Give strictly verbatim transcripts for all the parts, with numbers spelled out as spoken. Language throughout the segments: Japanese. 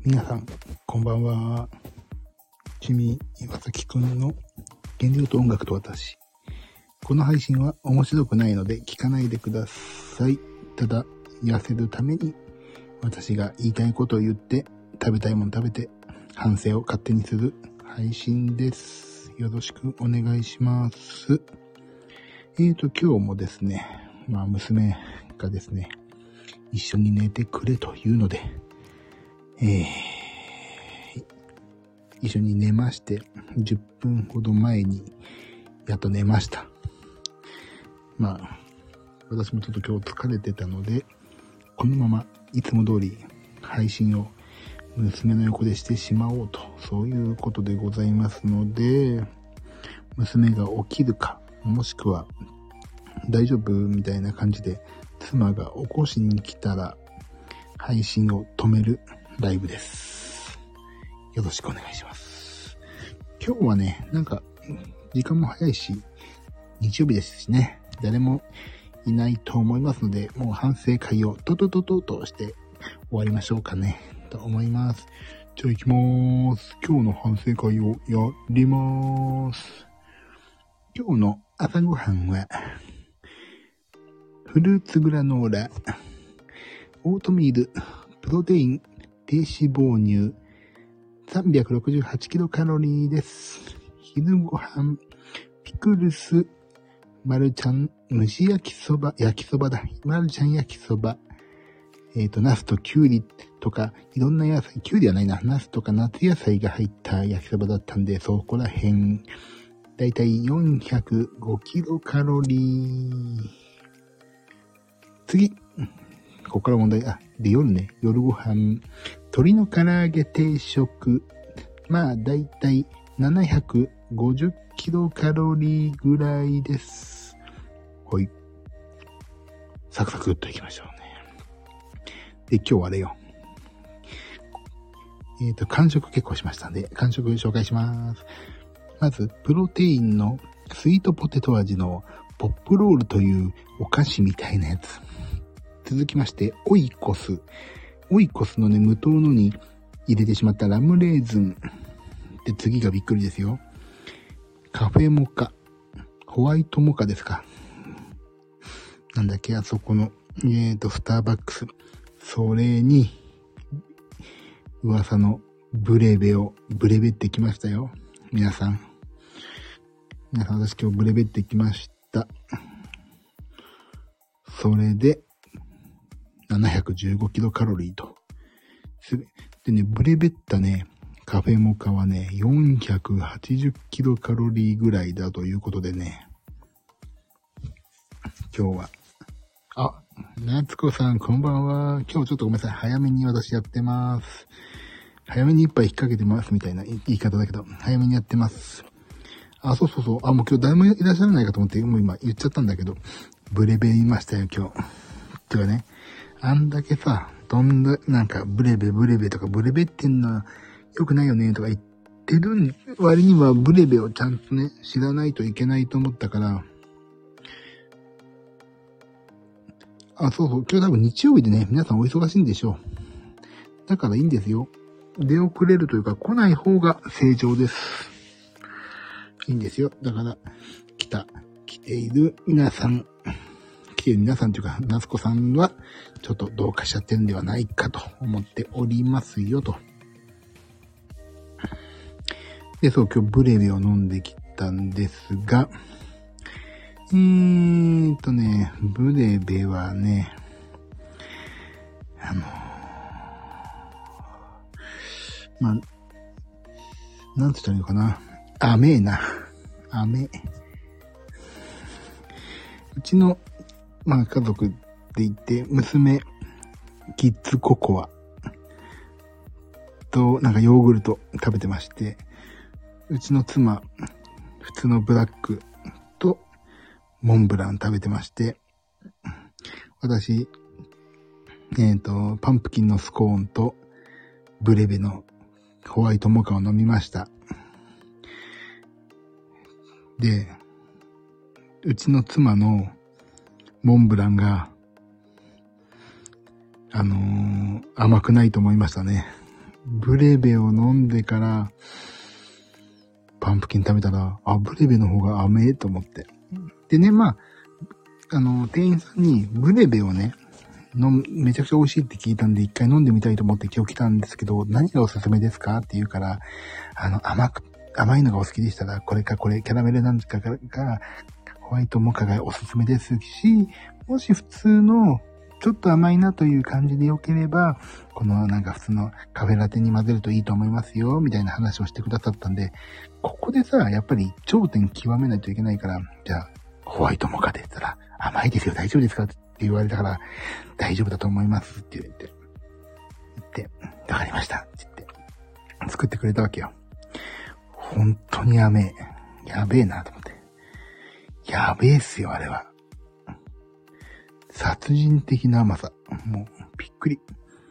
皆さん、こんばんは。君、岩崎くんの原料と音楽と私。この配信は面白くないので聞かないでください。ただ、痩せるために私が言いたいことを言って、食べたいもの食べて、反省を勝手にする配信です。よろしくお願いします。えーと、今日もですね、まあ娘がですね、一緒に寝てくれというので、えー、一緒に寝まして、じゅっぷんほど前にやっと寝ました。まあ、私もちょっと今日疲れてたので、このままいつも通り配信を娘の横でしてしまおうと、そういうことでございますので、娘が起きるか、もしくは大丈夫みたいな感じで妻が起こしに来たら配信を止めるライブです。よろしくお願いします。今日はね、なんか時間も早いし、日曜日ですしね、誰もいないと思いますので、もう反省会をトトトトとして終わりましょうかね、と思います。じゃあ行きまーす。今日の反省会をやりまーす。今日の朝ごはんは、フルーツグラノーラ、オートミール、プロテイン、低脂肪乳、さんびゃくろくじゅうはちキロカロリーです。昼ごはん、ピクルス、マルちゃん蒸し焼きそば、焼きそばだ。マルちゃん焼きそば。えっと、ナスとキュウリとか、いろんな野菜、キュウリはないな。ナスとか夏野菜が入った焼きそばだったんで、そこら辺、だいたいよんひゃくごキロカロリー。次。ここから問題。あ、で、夜ね。夜ご飯。鶏の唐揚げ定食。まあ、だいたいななひゃくごじゅうキロカロリーぐらいです。ほい。サクサクっといきましょうね。で、今日はあれよ。えっと、完食結構しましたんで、完食紹介します。まず、プロテインのスイートポテト味のポップロールというお菓子みたいなやつ。続きまして、オイコス。オイコスのね、無糖のに入れてしまったラムレーズン。で、次がびっくりですよ。カフェモカ。ホワイトモカですか。なんだっけ、あそこの、えーと、スターバックス。それに、噂のブレベを、ブレベってきましたよ。皆さん。皆さん、私今日ブレベってきました。それで、ななひゃくじゅうごキロカロリーと。でね、ブレベったね、カフェモカはね、よんひゃくはちじゅうキロカロリーぐらいだということでね。今日は。あ、夏子さんこんばんは。今日ちょっとごめんなさい。早めに私やってます。早めに一杯引っ掛けてますみたいな言い方だけど、早めにやってます。あ、そうそうそう。あ、もう今日誰もいらっしゃらないかと思って、もう今言っちゃったんだけど、ブレベ言いましたよ、今日。てかね、あんだけさ、どんな、なんか、ブレベブレベとか、ブレベってんのは良くないよねとか言ってる割には、ブレベをちゃんとね、知らないといけないと思ったから、あ、そうそう、今日多分日曜日でね、皆さんお忙しいんでしょう。だからいいんですよ。出遅れるというか、来ない方が正常です。いいんですよ。だから、来た、来ている皆さん、来ている皆さんというか、夏子さんは、ちょっとどうかしちゃってるんではないかと思っておりますよと。で、そう、今日ブレベを飲んできたんですが、えーとね、ブレベはね、あの、まあ、なんて言ったらいいのかな。甘えな。甘え。うちの、まあ家族で言って、娘、キッズココアと、なんかヨーグルト食べてまして、うちの妻、普通のブラックと、モンブラン食べてまして、私、えっと、パンプキンのスコーンと、ブレベのホワイトモカを飲みました。で、うちの妻のモンブランが、あのー、甘くないと思いましたね。 ブレベを飲んでから、パンプキン食べたら、あ、ブレベの方が甘えと思って。でね、まあ、あの、店員さんにブレベをね、のめちゃくちゃ美味しいって聞いたんで、一回飲んでみたいと思って今日来たんですけど、何がおすすめですかって言うから、あの、甘く、甘いのがお好きでしたら、これかこれ、キャラメルなんかが、ホワイトモカがおすすめですし、もし普通の、ちょっと甘いなという感じで良ければ、このなんか普通のカフェラテに混ぜるといいと思いますよ、みたいな話をしてくださったんで、ここでさ、やっぱり頂点極めないといけないから、じゃあ、ホワイトモカで言ったら、甘いですよ、大丈夫ですかって言われたから、大丈夫だと思いますって言って、言って、わかりましたって言って、作ってくれたわけよ。本当にやべえ。やべえなと思って。やべえっすよ、あれは。殺人的な甘さ。もう、びっくり。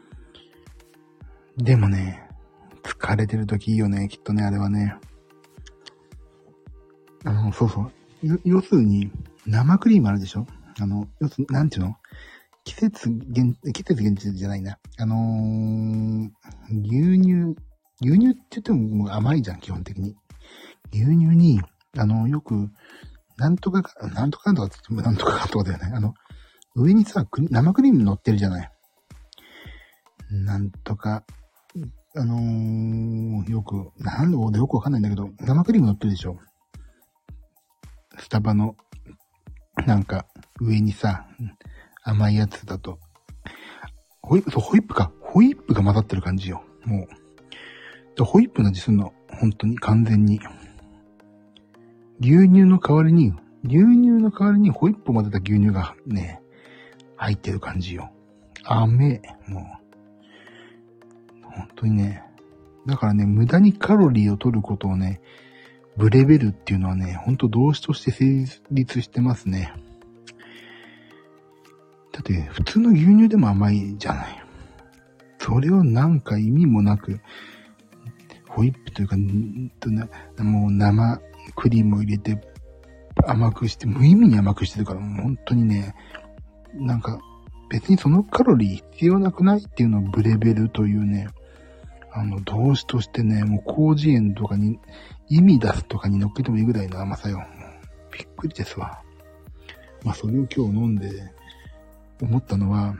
でもね、疲れてる時いいよね、きっとね、あれはね。あの、そうそう。要するに、生クリームあるでしょ？あの、要するに、なんていうの？季節限、季節限定じゃないな。あのー、牛乳、牛乳って言ってももう甘いじゃん、基本的に。牛乳に、あの、よく、なんとかか、なんとかなんとかって言ってもなんとかかとかだよね。あの、上にさ、生クリーム乗ってるじゃない。なんとか、あのー、よく、なんでよくわかんないんだけど、生クリーム乗ってるでしょ。スタバの、なんか、上にさ、甘いやつだと。ホイップ、そう、ホイップか。ホイップが混ざってる感じよ。もう。でホイップの味すんの。本当に、完全に。牛乳の代わりに、牛乳の代わりにホイップを混ぜた牛乳がね、入ってる感じよ。甘え。もう。本当にね。だからね、無駄にカロリーを取ることをね、ブレベルっていうのはね、ほんと動詞として成立してますね。だって、普通の牛乳でも甘いじゃない。それをなんか意味もなく、ホイップというか、もう生クリームを入れて甘くして、無意味に甘くしてるから、もう本当にね、なんか別にそのカロリー必要なくないっていうのをブレベルというね、あの動詞としてね、もう広辞苑とかに意味出すとかに乗っけてもいいぐらいの甘さよ。びっくりですわ。まあそれを今日飲んで思ったのは、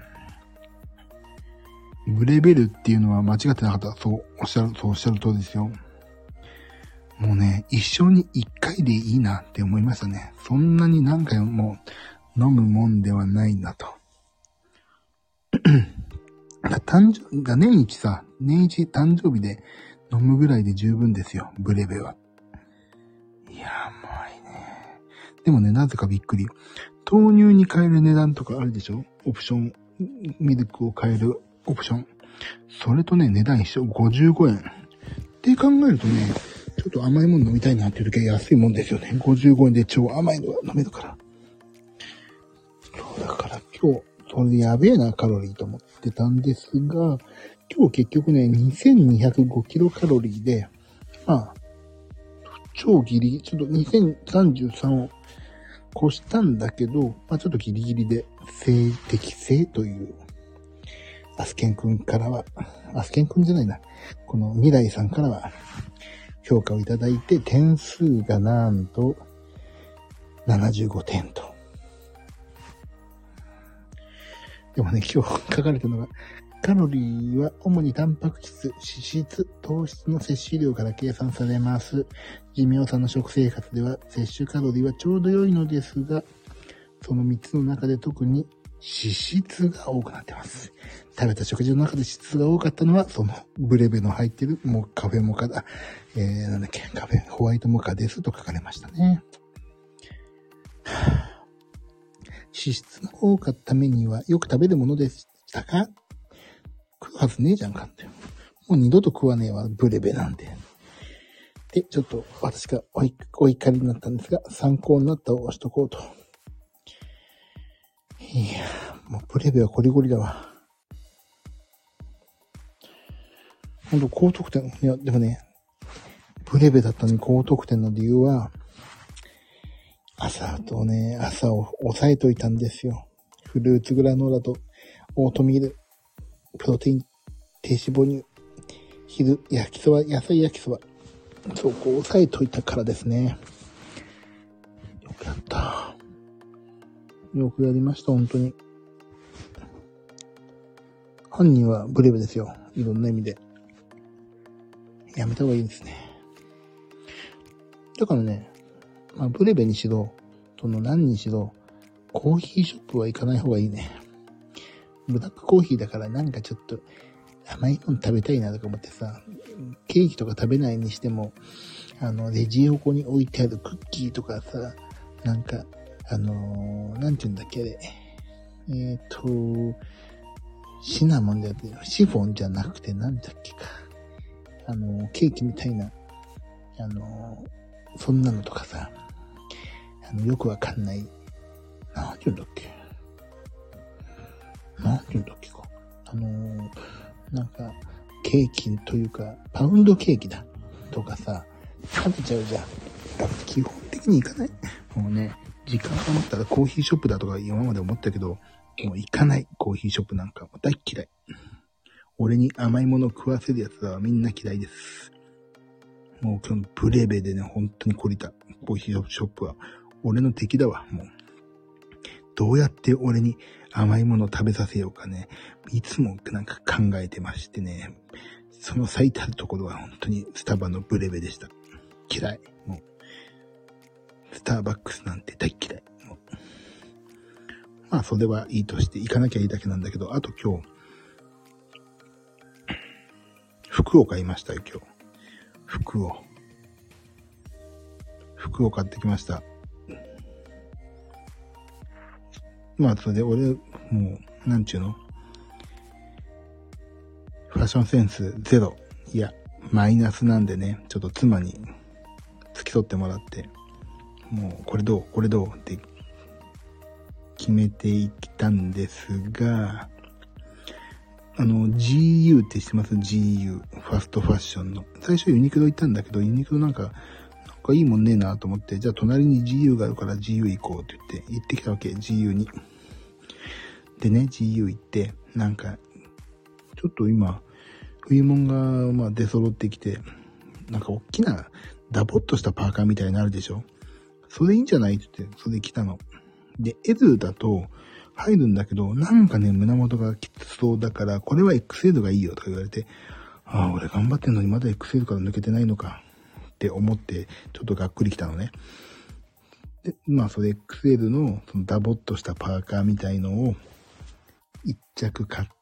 ブレベルっていうのは間違ってなかった。そうおっしゃる、そうおっしゃる通りですよ。もうね、一生に一回でいいなって思いましたね。そんなに何回も飲むもんではないなと。誕生日、年一さ、年一誕生日で飲むぐらいで十分ですよ、ブレベは。いや、甘いね。でもね、なぜかびっくり。豆乳に変える値段とかあるでしょ？オプション、ミルクを変えるオプション。それとね、値段一緒、ごじゅうごえん。って考えるとね、ちょっと甘いもの飲みたいなっていう時は安いもんですよね。ごじゅうごえんで超甘いのが飲めるから。そうだから今日、それでやべえなカロリーと思ってたんですが、今日結局ね、にせんにひゃくごキロカロリーで、まあ、超ギリギリ、ちょっとにせんさんじゅうさんを越したんだけど、まあちょっとギリギリで、正適正という、アスケンくんからは、アスケンくんじゃないな、この未来さんからは、評価をいただいて、点数がなんと、ななじゅうごてんと。でもね、今日書かれたのが、カロリーは主にタンパク質、脂質、糖質の摂取量から計算されます。寿命さんの食生活では摂取カロリーはちょうど良いのですが、そのみっつの中で特に脂質が多くなってます。食べた食事の中で脂質が多かったのは、そのブレベの入ってるもうカフェモカだ、えー、なんだっけ、カフェ、ホワイトモカですと書かれましたね。脂質が多かったメニューはよく食べるものでしたか？食うはずねえじゃんかって。もう二度と食わねえわ、ブレベなんて。で、ちょっと私がおい、お怒りになったんですが、参考になったを押しとこうと。いやー、もうブレベはゴリゴリだわ。ほんと高得点。いや、でもね、ブレベだったのに高得点の理由は、朝とね、朝を抑えといたんですよ。フルーツグラノーラとオートミール、プロテイン、低脂肪乳、 昼、焼きそば、野菜焼きそば。そう、こう押さえといたからですね。よくやった。よくやりました、本当に。犯人はブレブですよ。いろんな意味で。やめた方がいいですね。だからね、まあ、ブレベにしろ、その何にしろ、コーヒーショップは行かない方がいいね。ブラックコーヒーだからなんかちょっと甘いもの食べたいなとか思ってさ、ケーキとか食べないにしても、あの、レジ横に置いてあるクッキーとかさ、なんか、あのー、なんて言うんだっけ、あれ。えっと、シナモンでやってる、シフォンじゃなくてなんだっけか。あの、ケーキみたいな、あの、そんなのとかさ、あの、よくわかんない、なんて言うんだっけ。なんて言うんだっけか。あの、なんか、ケーキというか、パウンドケーキだ。とかさ、食べちゃうじゃん。基本的に行かない。もうね、時間が持ったらコーヒーショップだとか今まで思ったけど、もう行かない。コーヒーショップなんか大嫌い。俺に甘いものを食わせるやつはみんな嫌いです。もう今日ブレベでね、本当に懲りた。コーヒーショップは。俺の敵だわ、もう。どうやって俺に甘いものを食べさせようかね。いつもなんか考えてましてね。その最たるところは本当にスタバのブレベでした。嫌い。もう。スターバックスなんて大嫌い。もうまあ、それはいいとして行かなきゃいいだけなんだけど、あと今日、服を買いましたよ、今日。服を。服を買ってきました。まあ、それで俺、もう、なんちゅうの？ファッションセンスゼロ。いや、マイナスなんでね、ちょっと妻に付き添ってもらって、もう、これどう？これどう？って決めていったんですが、あの、ジーユー って知ってます？ ジーユー。ファストファッションの。最初ユニクロ行ったんだけど、ユニクロなんか、なんかいいもんねえなと思って、じゃあ隣に ジーユー があるから ジーユー 行こうって言って、行ってきたわけ、ジーユー に。でね、ジーユー 行って、なんか、ちょっと今、冬物が、まあ出揃ってきて、なんか大きな、ダボっとしたパーカーみたいになるでしょ？それいいんじゃないって言って、それ着たの。で、L だと入るんだけど、なんかね、胸元がきつそうだから、これは エックスエル がいいよとか言われて、ああ、俺頑張ってんのにまだ エックスエル から抜けてないのかって思って、ちょっとがっくりきたのね。で、まあそれ エックスエル のそのダボっとしたパーカーみたいのを一着買って、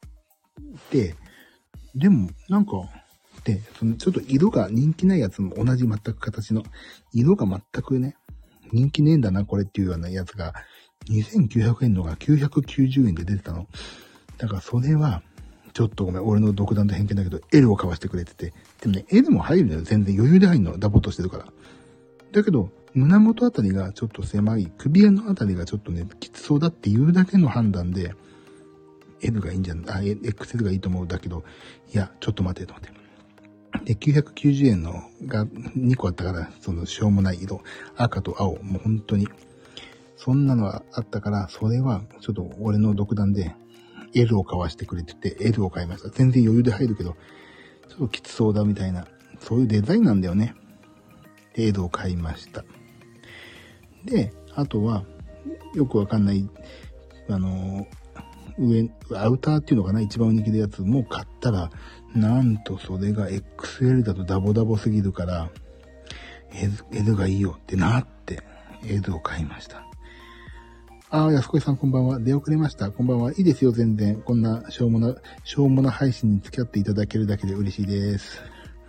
でもなんか、で、そのちょっと色が人気ないやつも同じ全く形の、色が全くね、人気ねえんだなこれっていうようなやつが、にせんきゅうひゃくえんのがきゅうひゃくきゅうじゅうえんで出てたの。だからそれは、ちょっとごめん、俺の独断と偏見だけど、L を買わしてくれてて。でもね、L も入るのよ。全然余裕で入るの。ダボっとしてるから。だけど、胸元あたりがちょっと狭い、首のあたりがちょっとね、きつそうだっていうだけの判断で、L がいいんじゃない、あ、エックスエル がいいと思うんだけど、いや、ちょっと待てと思って。で、きゅうひゃくきゅうじゅうえんのがにこあったから、そのしょうもない色、赤と青、もう本当に、そんなのがあったから、それはちょっと俺の独断で L を買わしてくれてて、L を買いました。全然余裕で入るけど、ちょっときつそうだみたいな、そういうデザインなんだよね。で L を買いました。で、あとは、よくわかんない、あの、上、アウターっていうのかな、一番人気のやつも買ったら、なんとそれが エックスエル だとダボダボすぎるから、L, L がいいよってなって、L を買いました。ああ、安子さんこんばんは。出遅れました。こんばんは。いいですよ、全然。こんなしょうもな、しょうもな配信に付き合っていただけるだけで嬉しいです。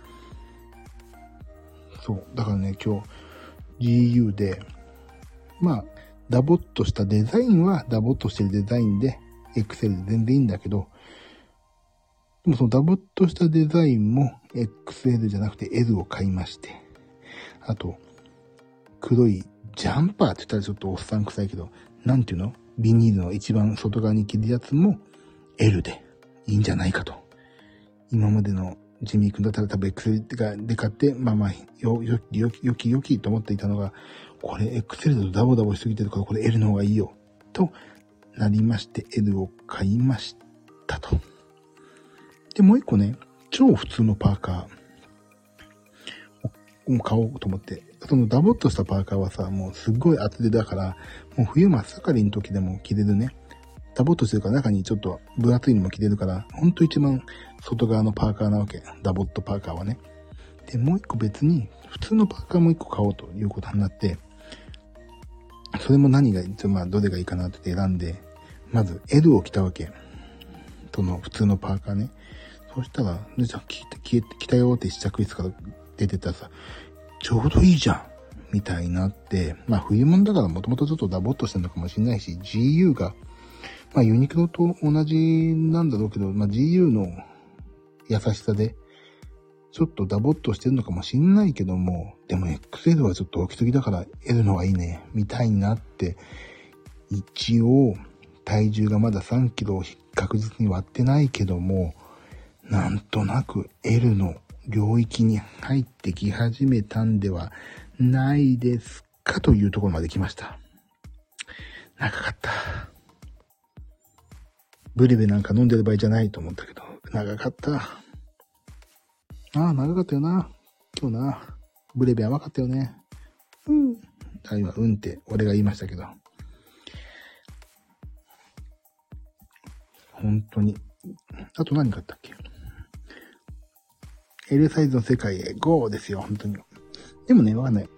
そう。だからね、今日、ジーユー で、まあ、ダボっとしたデザインはダボっとしてるデザインで、エックスエル で全然いいんだけど、でもそのダボっとしたデザインも エックスエル じゃなくて L を買いまして、あと、黒いジャンパーって言ったらちょっとおっさん臭いけど、なんていうの？ビニールの一番外側に着るやつも L でいいんじゃないかと。今までのジミー君だったら多分 エックスエル がで買って、まあまあ、よ、よ、よ、よきよきと思っていたのが、これ エックスエル だとダボダボしすぎてるからこれ L の方がいいよ。となりまして L を買いましたと。で、もう一個ね、 超普通のパーカーを買おうと思って、そのダボっとしたパーカーはさ、もうすっごい厚手だから、もう冬真っ盛りの時でも着れるね。ダボっとしてるから中にちょっと分厚いのも着れるから、ほんと一番外側のパーカーなわけ。ダボっとパーカーはね。で、もう一個別に、普通のパーカーも一個買おうということになって、それも何が、まあどれがいいかなって選んで、まず エル を着たわけ。その普通のパーカーね。そしたら、じゃあ着て、着て、着たよって試着室から出てたらさ、ちょうどいいじゃんみたいになって、まあ冬物だからもともとちょっとダボっとしてるのかもしれないし、ジーユー が、まあユニクロと同じなんだろうけど、まあ ジーユー の優しさで、ちょっとダボっとしてるのかもしんないけども、でも エックスエル はちょっと大きすぎだから L のがいいね、みたいになって、一応、体重がまださんキロ確実に割ってないけども、なんとなく L の領域に入ってき始めたんではないですかというところまで来ました。長かった。ブレベなんか飲んでる場合じゃないと思ったけど、長かった。ああ、長かったよな。今日な。ブレベ甘かったよね。うん。あ、今、うんって俺が言いましたけど。本当に。あと何買ったっけ？ L サイズの世界へ ゴー ですよ、本当に。でもね、わかんない。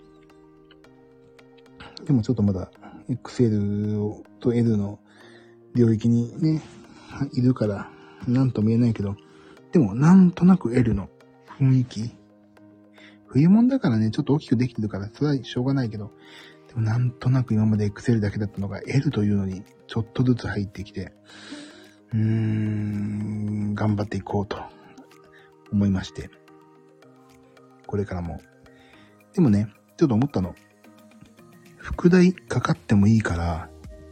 でもちょっとまだ エックスエル と L の領域にね、いるから、なんとも言えないけど、でもなんとなく L の雰囲気。冬物だからね、ちょっと大きくできてるから、それはしょうがないけど、でもなんとなく今まで エックスエル だけだったのが L というのにちょっとずつ入ってきて、うーん、頑張っていこうと思いまして。これからも。でもね、ちょっと思ったの。副題かかってもいいから、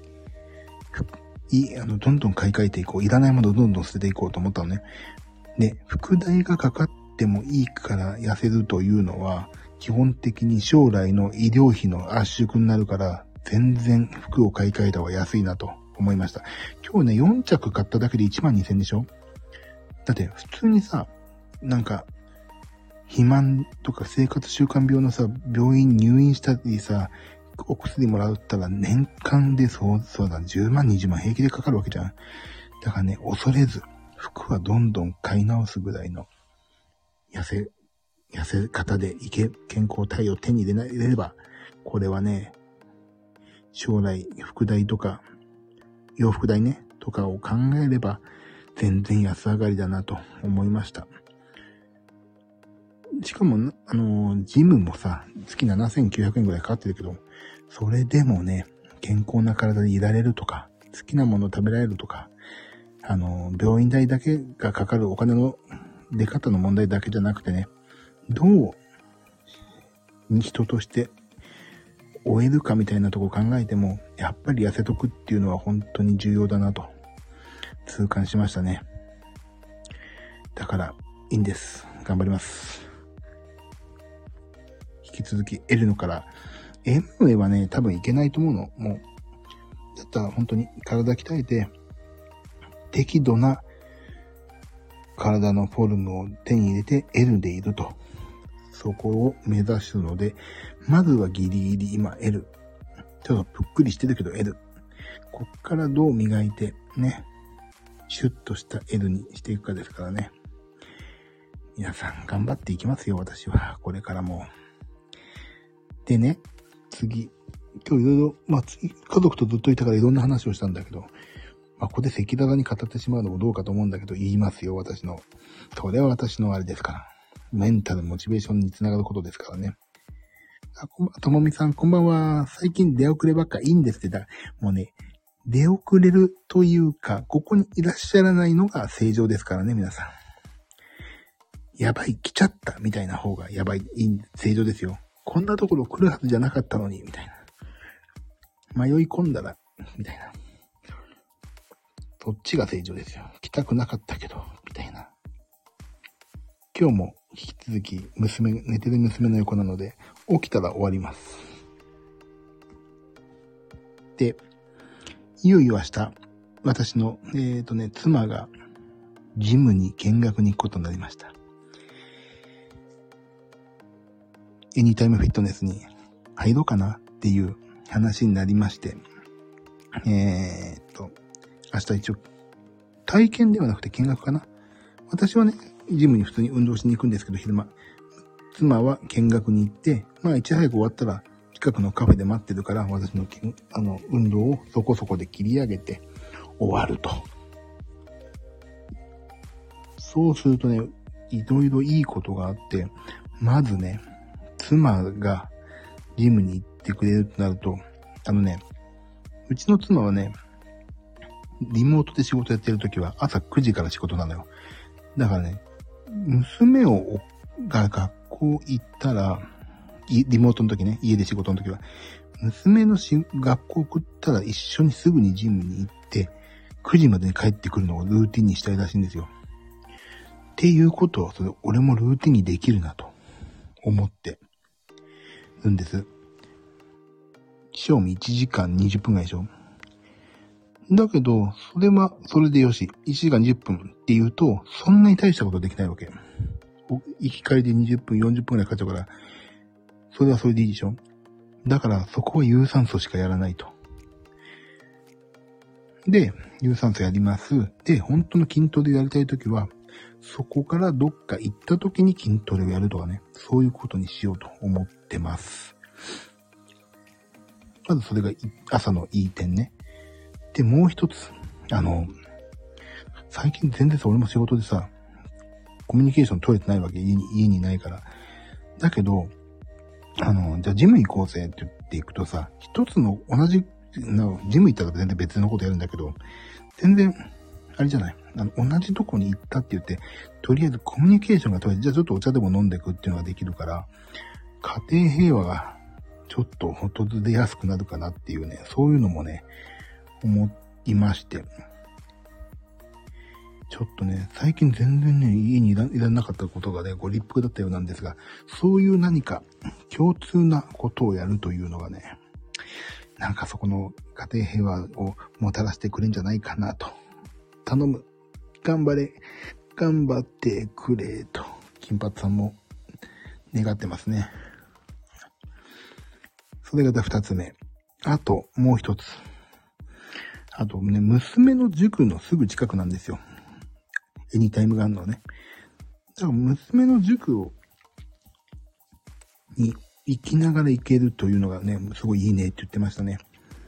いあの、どんどん買い替えていこう。いらないものをどんどん捨てていこうと思ったのね。で、副題がかかってもいいから痩せるというのは、基本的に将来の医療費の圧縮になるから、全然服を買い替えた方が安いなと思いました。今日ね、よん着買っただけでいちまんにせんでしょ？だって普通にさ、なんか、肥満とか生活習慣病のさ、病院入院したりさ、お薬もらったら年間でそう、そうだ、じゅうまん、にじゅうまん平気でかかるわけじゃん。だからね、恐れず、服はどんどん買い直すぐらいの、痩せ、痩せ方でいけ、健康体を手に入れない、入れれば、これはね、将来、服代とか、洋服代ね、とかを考えれば、全然安上がりだなと思いました。しかも、あの、ジムもさ、月ななせんきゅうひゃくえんぐらいかかってるけど、それでもね、健康な体でいられるとか、好きなもの食べられるとか、あの、病院代だけがかかるお金の出方の問題だけじゃなくてね、どう、人として終えるかみたいなところを考えても、やっぱり痩せとくっていうのは本当に重要だなと、痛感しましたね。だから、いいんです。頑張ります。引き続き L のから、エム の絵はね、多分いけないと思うの。もう、だったら本当に体鍛えて、適度な体のフォルムを手に入れて L でいると。そこを目指すので、まずはギリギリ今 L。ちょっとぷっくりしてるけど L。こっからどう磨いてね、シュッとした L にしていくかですからね。皆さん頑張っていきますよ、私は。これからも。でね、次。今日いろいろ、まあ、家族とずっといたからいろんな話をしたんだけど、まあ、ここで赤裸々に語ってしまうのもどうかと思うんだけど、言いますよ、私の。それは私のあれですから。メンタル、モチベーションにつながることですからね。あ、こんばんは、ともみさん、こんばんは。最近出遅ればっかいいんですってだ。もうね、出遅れるというか、ここにいらっしゃらないのが正常ですからね、皆さん。やばい、来ちゃった、みたいな方がやばい、いい、正常ですよ。こんなところ来るはずじゃなかったのに、みたいな。迷い込んだら、みたいな。そっちが正常ですよ。来たくなかったけど、みたいな。今日も引き続き娘、寝てる娘の横なので、起きたら終わります。で、いよいよ明日、私の、えーとね、妻がジムに見学に行くことになりました。エニタイムフィットネスに入ろうかなっていう話になりまして、えーっと、明日一応体験ではなくて見学かな。私はね、ジムに普通に運動しに行くんですけど、昼間。妻は見学に行って、まあいち早く終わったら近くのカフェで待ってるから、私のあの運動をそこそこで切り上げて終わると。そうするとね、いろいろいいことがあって、まずね、妻がジムに行ってくれるとなると、あのね、うちの妻はね、リモートで仕事やってるときは朝くじから仕事なのよ。だからね、娘をが学校行ったら、リモートの時ね、家で仕事の時は、娘のし学校送ったら一緒にすぐにジムに行って、くじまでに帰ってくるのをルーティンにしたいらしいんですよ。っていうことは、それ俺もルーティンにできるなと思ってるんです。賞味いちじかんにじゅっぷんぐらいでしょ。だけど、それはそれでよし。いちじかんじゅっぷんって言うと、そんなに大したことできないわけ。行き帰りでにじゅっぷん、よんじゅっぷんくらいかかっちゃうから、それはそれでいいでしょ。だからそこは有酸素しかやらないと。で、有酸素やります。で、本当の筋トレやりたいときは、そこからどっか行ったときに筋トレをやるとかね、そういうことにしようと思ってます。まずそれが朝のいい点ね。で、もう一つ、あの、最近全然さ、俺も仕事でさ、コミュニケーション取れてないわけ、家に、家にいないから。だけど、あの、じゃあジム行こうぜって言っていくとさ、一つの同じ、ジム行ったら全然別のことやるんだけど、全然、あれじゃない。あの、同じとこに行ったって言って、とりあえずコミュニケーションが取れて、じゃあちょっとお茶でも飲んでいくっていうのができるから、家庭平和がちょっと訪れやすくなるかなっていうね、そういうのもね、思いまして。ちょっとね、最近全然ね、家にいらいらなかったことがね、ご立腹だったようなんですが、そういう何か共通なことをやるというのがね、なんかそこの家庭平和をもたらしてくれんじゃないかなと。頼む。頑張れ。頑張ってくれと、金髪さんも願ってますね。それが二つ目。あと、もう一つ。あとね、娘の塾のすぐ近くなんですよ。エニタイムがあるのね。だから娘の塾を、に行きながら行けるというのがね、すごいいいねって言ってましたね。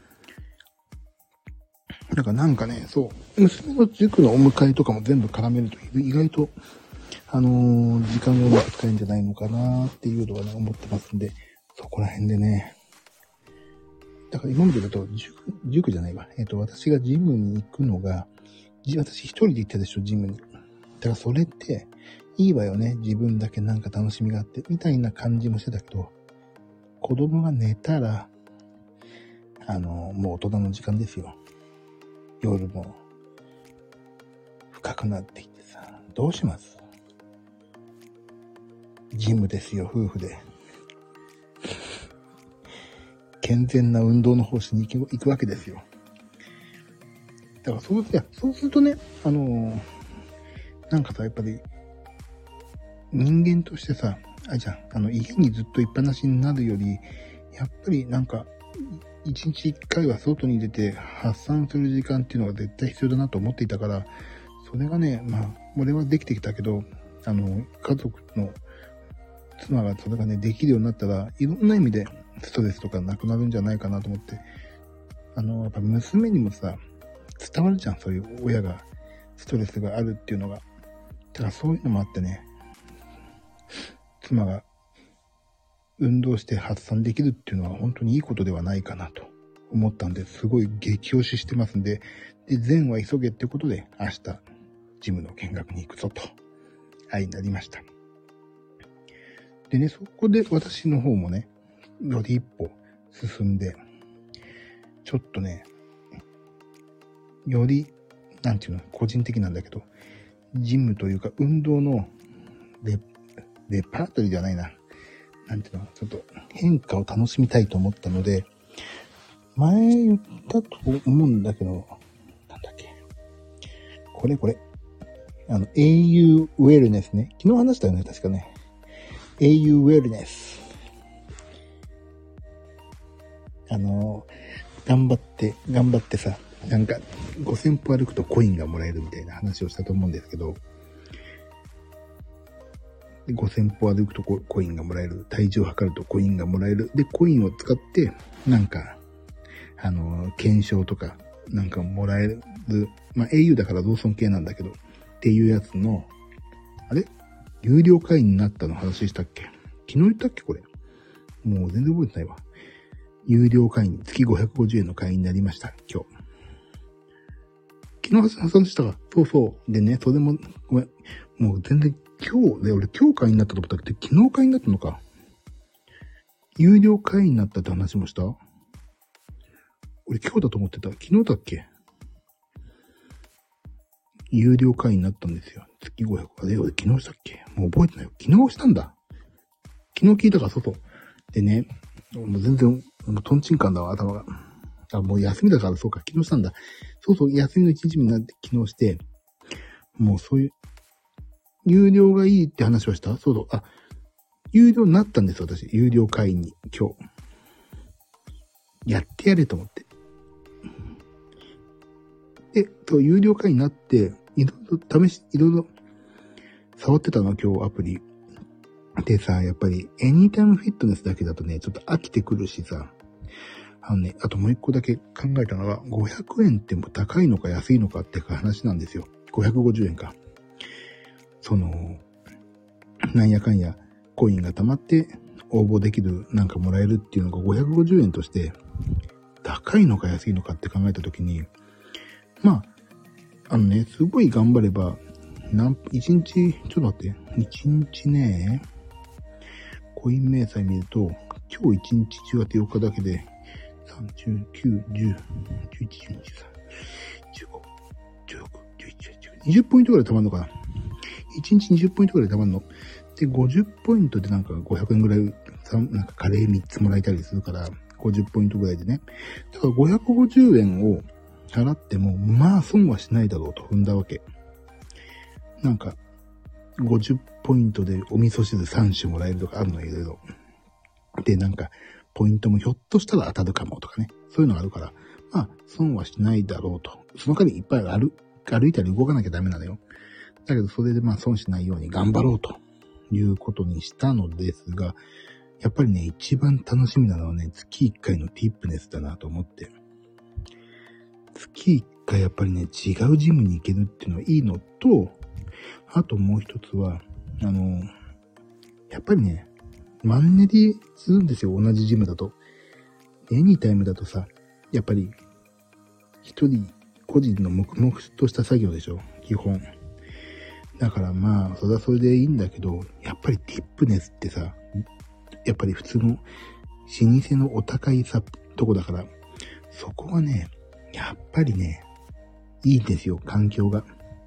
だからなんかね、そう、娘の塾のお迎えとかも全部絡めると意外と、あのー、時間がうまく使えるんじゃないのかなっていうのはね、思ってますんで、そこら辺でね。だから今までだと塾、塾じゃないわ。えっと、私がジムに行くのが、私一人で行ったでしょ、ジムに。だからそれって、いいわよね。自分だけなんか楽しみがあって、みたいな感じもしてたけど、子供が寝たら、あの、もう大人の時間ですよ。夜も深くなってきてさ、どうします？ジムですよ、夫婦で。健全な運動の方しに行くわけですよ。だからそうする、そうするとね、あのー、なんかさ、やっぱり、人間としてさ、あれじゃん、あの、家にずっといっぱなしになるより、やっぱりなんか、一日一回は外に出て発散する時間っていうのが絶対必要だなと思っていたから、それがね、まあ、俺はできてきたけど、あの、家族の妻がそれがね、できるようになったら、いろんな意味でストレスとかなくなるんじゃないかなと思って、あの、やっぱ娘にもさ、伝わるじゃん、そういう親がストレスがあるっていうのが。だからそういうのもあってね、妻が運動して発散できるっていうのは本当にいいことではないかなと思ったんで、すごい激推ししてますんで、で、善は急げってことで明日、ジムの見学に行くぞと、はい、なりました。でね、そこで私の方もね、より一歩進んで、ちょっとね、より、なんていうの、個人的なんだけど、ジムというか運動のレ、レパートリーじゃないな。なんていうの、ちょっと変化を楽しみたいと思ったので、前言ったと思うんだけど、なんだっけ。これこれ。 あの、エーユー ウェルネスね。昨日話したよね、確かね。エーユー ウェルネス。あの、頑張って、頑張ってさ、なんか、ごせん歩歩くとコインがもらえるみたいな話をしたと思うんですけど、ごせん歩歩くとコインがもらえる。体重を測るとコインがもらえる。で、コインを使って、なんか、あの、検証とか、なんかもらえる。まあ、エーユー だから同村系なんだけど、っていうやつの、あれ有料会員になったの話したっけ？昨日言ったっけこれ。もう全然覚えてないわ。有料会員、月ごひゃくごじゅうえんの会員になりました、今日。昨日話したか。そうそう。でね、それも、ごめん。もう全然今日で、俺今日会員になったと思ったけど、昨日会員になったのか。有料会員になったって話もした？俺今日だと思ってた。昨日だっけ？有料会員になったんですよ。月ごひゃく。あれ、俺昨日したっけ？もう覚えてないよ。昨日したんだ。昨日聞いたから、外。でね、もう全然、トンチンカンだわ、頭が。あ、もう休みだから、そうか、昨日したんだ。そうそう、休みの一日になって昨日して、もうそういう、有料がいいって話はした？そうそう、あ、有料になったんです、私。有料会員に、今日。やってやれと思って。で、そう、有料会員になって、いろいろ試し、いろいろ触ってたの、今日アプリ。でさ、やっぱり、エニータイムフィットネスだけだとね、ちょっと飽きてくるしさ、あのね、あともう一個だけ考えたのが、ごひゃくえんっても高いのか安いのかって話なんですよ。ごひゃくごじゅうえんか。その、なんやかんや、コインが溜まって、応募できる、なんかもらえるっていうのがごひゃくごじゅうえんとして、高いのか安いのかって考えたときに、まあ、あのね、すごい頑張れば、なん、一日、ちょっと待って、一日ね、コイン明細見ると、今日一日じゅうがつよっかだけで、さん、じゅうきゅう、じゅう、じゅういち、じゅうに、じゅうさん、じゅうご、じゅうろく、じゅういち、じゅうに、にじゅうポイントぐらい貯まるのかな。いちにちにじゅうポイントぐらい貯まるの。で、ごじゅうポイントでなんかごひゃくえんぐらい、なんかカレーみっつもらえたりするから、ごじゅうポイントぐらいでね。だからごひゃくごじゅうえんを払っても、まあ損はしないだろうと踏んだわけ。なんか、ごじゅうポイントでお味噌汁さん種もらえるとかあるのいろいろ。で、なんか、ポイントもひょっとしたら当たるかもとかね。そういうのがあるから、まあ、損はしないだろうと。その代わりいっぱい歩、歩いたり動かなきゃダメなのよ。だけど、それでまあ損しないように頑張ろうということにしたのですが、やっぱりね、一番楽しみなのはね、月いっかいのティップネスだなと思って。月いっかいやっぱりね、違うジムに行けるっていうのはいいのと、あともう一つは、あの、やっぱりね、マンネリするんですよ、同じジムだと。エニタイムだとさ、やっぱり、一人個人の黙々とした作業でしょ、基本。だからまあ、それはそれでいいんだけど、やっぱりティップネスってさ、やっぱり普通の老舗のお高いさ、とこだから、そこはね、やっぱりね、いいんですよ、環境が。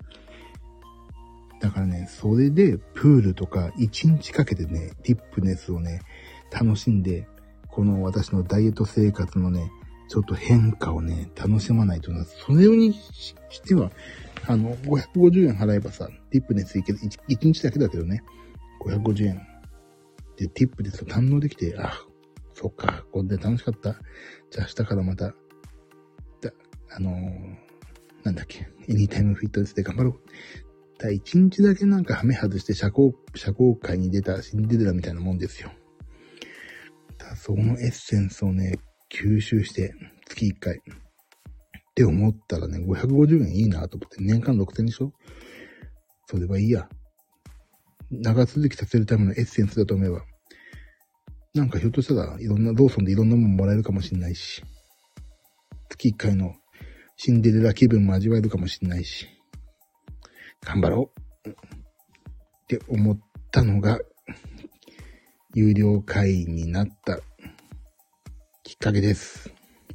だからね、それでプールとか一日かけてね、ティップネスをね、楽しんで、この私のダイエット生活のね、ちょっと変化をね、楽しまないとな。そのようにしては、あの、ごひゃくごじゅうえん払えばさ、ティップネスいける、いちにちだけだけどね、ごひゃくごじゅうえんでティップネスを堪能できて、あ、そっか、これで楽しかった。じゃあ明日からまた、だあのー、なんだっけ、エニタイムフィットネスで頑張ろう。一日だけなんかハメ外して社交、社交界に出たシンデレラみたいなもんですよ。だそのエッセンスをね、吸収して月いっかいって思ったらね、ごひゃくごじゅうえんいいなと思って、年間ろくせんでしょ？それはいいや。長続きさせるためのエッセンスだと思えば、なんかひょっとしたらいろんなローソンでいろんなもんもらえるかもしれないし、月いっかいのシンデレラ気分も味わえるかもしれないし、頑張ろうって思ったのが、有料会員になったきっかけです。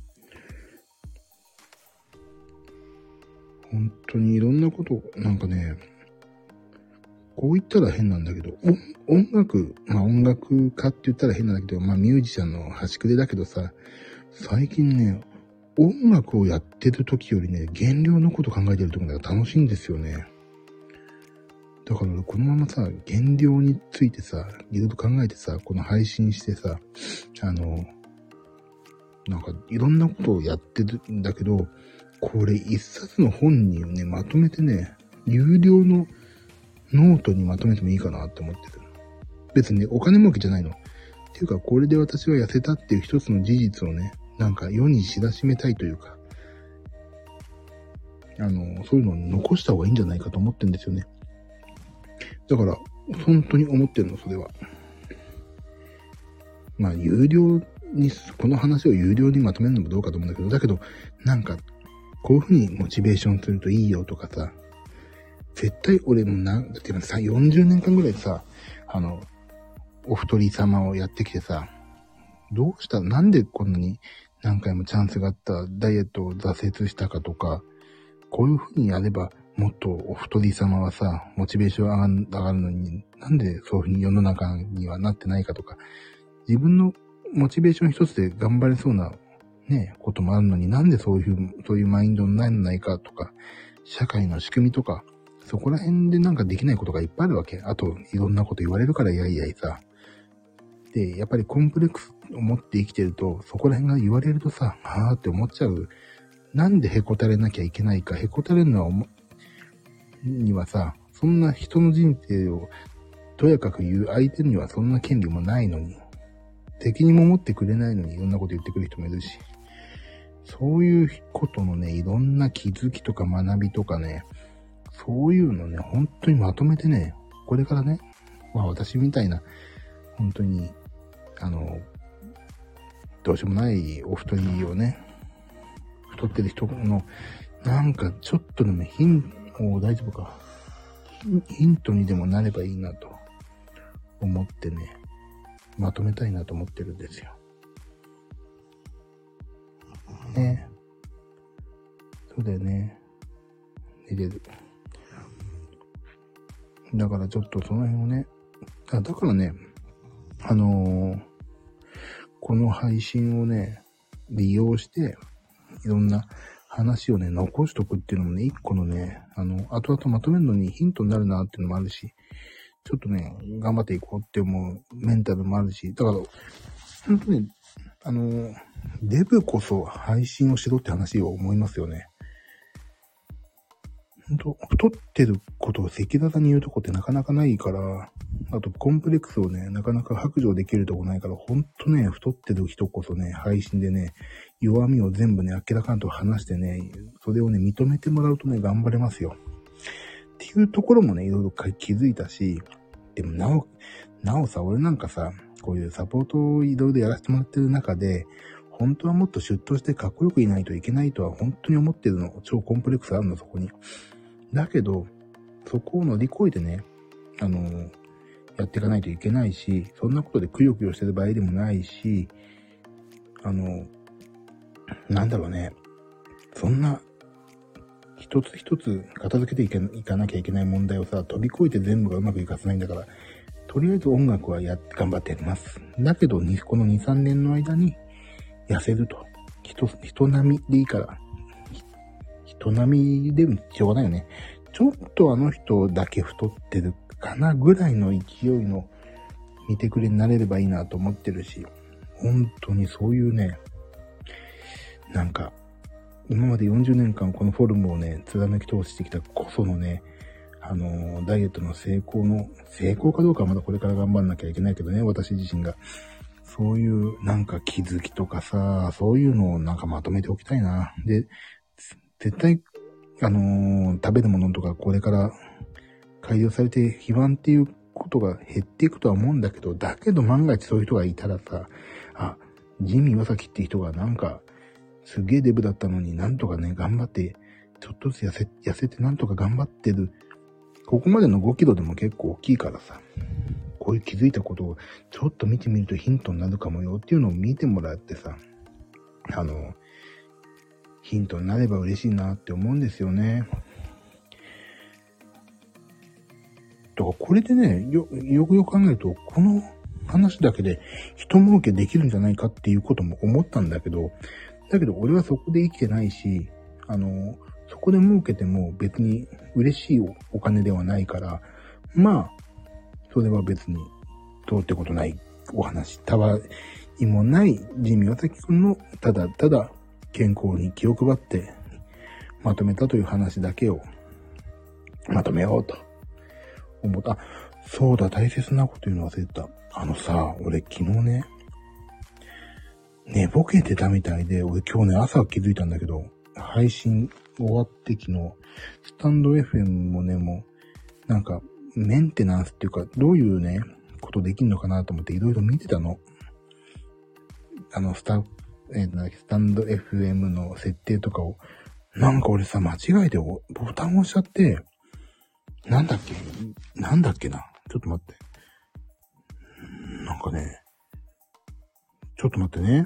本当にいろんなこと、なんかね、こう言ったら変なんだけど、音楽、まあ音楽家って言ったら変なんだけど、まあミュージシャンの端くれだけどさ、最近ね、音楽をやってる時よりね、減量のこと考えてる時の方が楽しいんですよね。 だから俺このままさ、減量についてさ、いろいろ考えてさ、この配信してさ、あの、なんかいろんなことをやってるんだけど、これ一冊の本にね、まとめてね、有料のノートにまとめてもいいかなって思ってる。別にね、お金儲けじゃないの。っていうか、これで私は痩せたっていう一つの事実をね、なんか世に知らしめたいというか、あの、そういうのを残した方がいいんじゃないかと思ってるんですよね。だから、本当に思ってるの、それは。まあ、有料に、この話を有料にまとめるのもどうかと思うんだけど、だけど、なんか、こういう風にモチベーションするといいよとかさ、絶対俺もな、だって今さ、よんじゅうねんかんぐらいさ、あの、お太り様をやってきてさ、どうしたなんでこんなに何回もチャンスがあったダイエットを挫折したかとか、こういう風にやればもっとお太り様はさ、モチベーション上がる、上がるのに、なんでそういう風に世の中にはなってないかとか、自分のモチベーション一つで頑張れそうなね、こともあるのに、なんでそういう、そういうマインドにならないかとか、社会の仕組みとか、そこら辺でなんかできないことがいっぱいあるわけ。あと、いろんなこと言われるからやいやいさ。で、やっぱりコンプレックスを持って生きてると、そこら辺が言われるとさ、はーって思っちゃう。なんでへこたれなきゃいけないか、へこたれるのは思、にはさ、そんな人の人生をとやかく言う相手にはそんな権利もないのに、敵にも持ってくれないのにいろんなこと言ってくる人もいるし、そういうことのね、いろんな気づきとか学びとかね、そういうのね、本当にまとめてね、これからね、まあ私みたいな、本当に、あの、どうしようもないお太りをね、太ってる人の、なんかちょっとでもヒント、もう大丈夫か。ヒントにでもなればいいなと思ってね、まとめたいなと思ってるんですよ。ね。そうだよね。寝れる。だからちょっとその辺をね、あ、だからね、あのー、この配信をね、利用して、いろんな話をね、残しとくっていうのもね、一個のね、あの、後々まとめるのにヒントになるなっていうのもあるし、ちょっとね、頑張っていこうって思うメンタルもあるし、だから、本当に、あの、デブこそ配信をしろって話を思いますよね。本当太ってることを赤裸々に言うとこってなかなかないから、あとコンプレックスをね、なかなか白状できるとこないから、ほんとね、太ってる人こそね、配信でね、弱みを全部ね、明らかんと話してね、それをね、認めてもらうとね、頑張れますよ。っていうところもね、いろいろ気づいたし、でもなお、なおさ、俺なんかさ、こういうサポートをいろいろやらせてもらってる中で、本当はもっとシュッとしてかっこよくいないといけないとは本当に思ってるの。超コンプレックスあるの、そこに。だけど、そこを乗り越えてね、あの、やっていかないといけないし、そんなことでくよくよしてる場合でもないし、あの、なんだろうね、そんな、一つ一つ片付けていけいかなきゃいけない問題をさ、飛び越えて全部がうまくいかせないんだから、とりあえず音楽はやって頑張ってやります。だけど、このに、さんねんの間に痩せると。人、人並みでいいから、人並みでもしょうがないよね。ちょっとあの人だけ太ってるかなぐらいの勢いの見てくれになれればいいなと思ってるし、本当にそういうね、なんか、今までよんじゅうねんかんこのフォルムをね、貫き通してきたこそのね、あのー、ダイエットの成功の、成功かどうかはまだこれから頑張んなきゃいけないけどね、私自身が。そういうなんか気づきとかさ、そういうのをなんかまとめておきたいな。で、絶対、あのー、食べるものとかこれから改良されて肥満っていうことが減っていくとは思うんだけど、だけど万が一そういう人がいたらさ、あ、ジミー・ワサキっていう人がなんか、すげえデブだったのになんとかね、頑張って、ちょっとずつ痩せ、痩せてなんとか頑張ってる。ここまでのごキロでも結構大きいからさ、こういう気づいたことをちょっと見てみるとヒントになるかもよっていうのを見てもらってさ、あの、ヒントになれば嬉しいなって思うんですよね。だからこれでね、よ、よくよく考えると、この話だけで人儲けできるんじゃないかっていうことも思ったんだけど、だけど俺はそこで生きてないし、あの、そこで儲けても別に嬉しいお金ではないから、 まあ、それは別にどうってことないお話。たわいもないジミー・ワサキくんのただただ健康に気を配ってまとめたという話だけをまとめようと思った。あ、そうだ、大切なこと言うの忘れてた。あのさ、俺昨日ね、寝ぼけてたみたいで、俺今日ね、朝気づいたんだけど、配信終わって昨日、スタンド エフエム もね、もう、なんか、メンテナンスっていうか、どういうね、ことできるのかなと思っていろいろ見てたの。あの、スタ、えー、なんだっけ、スタンド エフエム の設定とかを、なんか俺さ、間違えてボタンを押しちゃって、なんだっけなんだっけなちょっと待って。なんかね、ちょっと待ってね。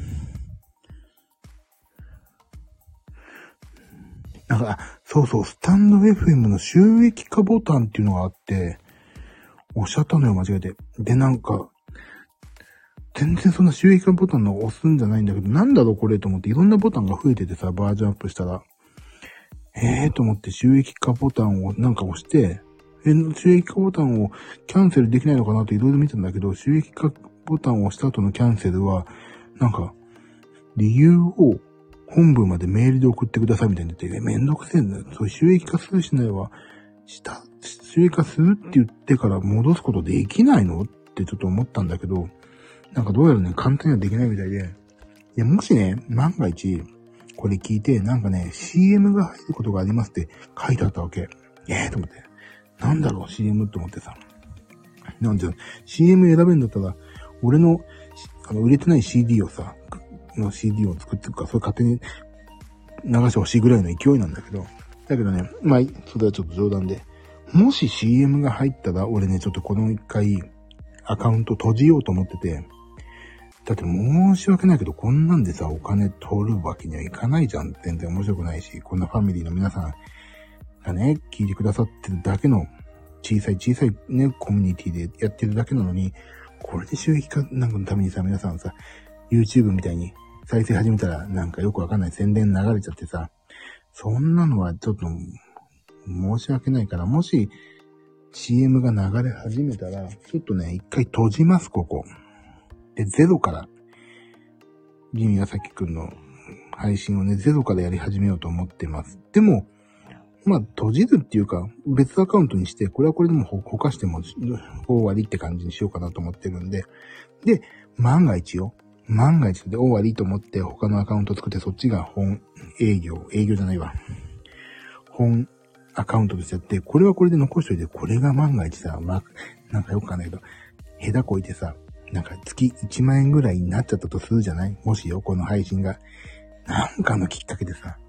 なんか、そうそう、スタンド エフエム の収益化ボタンっていうのがあって、押しちゃったのよ、間違えて。で、なんか、全然そんな収益化ボタンの押すんじゃないんだけど、なんだろうこれと思って、いろんなボタンが増えててさ、バージョンアップしたら。えーと思って収益化ボタンをなんか押して、え、収益化ボタンをキャンセルできないのかなといろいろ見たんだけど、収益化ボタンを押した後のキャンセルは、なんか、理由を本部までメールで送ってくださいみたいに言って、めんどくせえんだよ。そういう収益化するしないは、した、収益化するって言ってから戻すことできないのってちょっと思ったんだけど、なんかどうやらね、簡単にはできないみたいで、いや、もしね、万が一、これ聞いて、なんかね、シーエム が入ることがありますって書いてあったわけ。ええー、と思って。なんだろう、シーエム って思ってさ。なんで、シーエム 選べるんだったら、俺の、あの、売れてない シーディー をさ、の シーディー を作ってるから、それ勝手に流してほしいぐらいの勢いなんだけど。だけどね、まあ、それはちょっと冗談で。もし シーエム が入ったら、俺ね、ちょっとこの一回、アカウント閉じようと思ってて、だって申し訳ないけど、こんなんでさ、お金取るわけにはいかないじゃん。全然面白くないし、こんなファミリーの皆さんがね、聞いてくださってるだけの、小さい小さいね、コミュニティでやってるだけなのに、これで収益化なんかのためにさ、皆さんさ、YouTube みたいに再生始めたらなんかよくわかんない宣伝流れちゃってさ、そんなのはちょっと申し訳ないから、もし シーエム が流れ始めたら、ちょっとね、一回閉じます、ここ。で、ゼロから、ジミー・ワサキくんの配信をね、ゼロからやり始めようと思ってます。でも、まあ、閉じるっていうか、別アカウントにして、これはこれでもほかしても終わりって感じにしようかなと思ってるんで、で、万が一よ。万が一で終わりと思って他のアカウント作ってそっちが本営業、営業じゃないわ。本アカウントとしてやって、これはこれで残しといて、これが万が一さ、まあ、なんかよくわかんないけど、下手こいてさ、なんか月いちまんえんぐらいになっちゃったとするじゃない？もしよ、この配信が。なんかのきっかけでさ、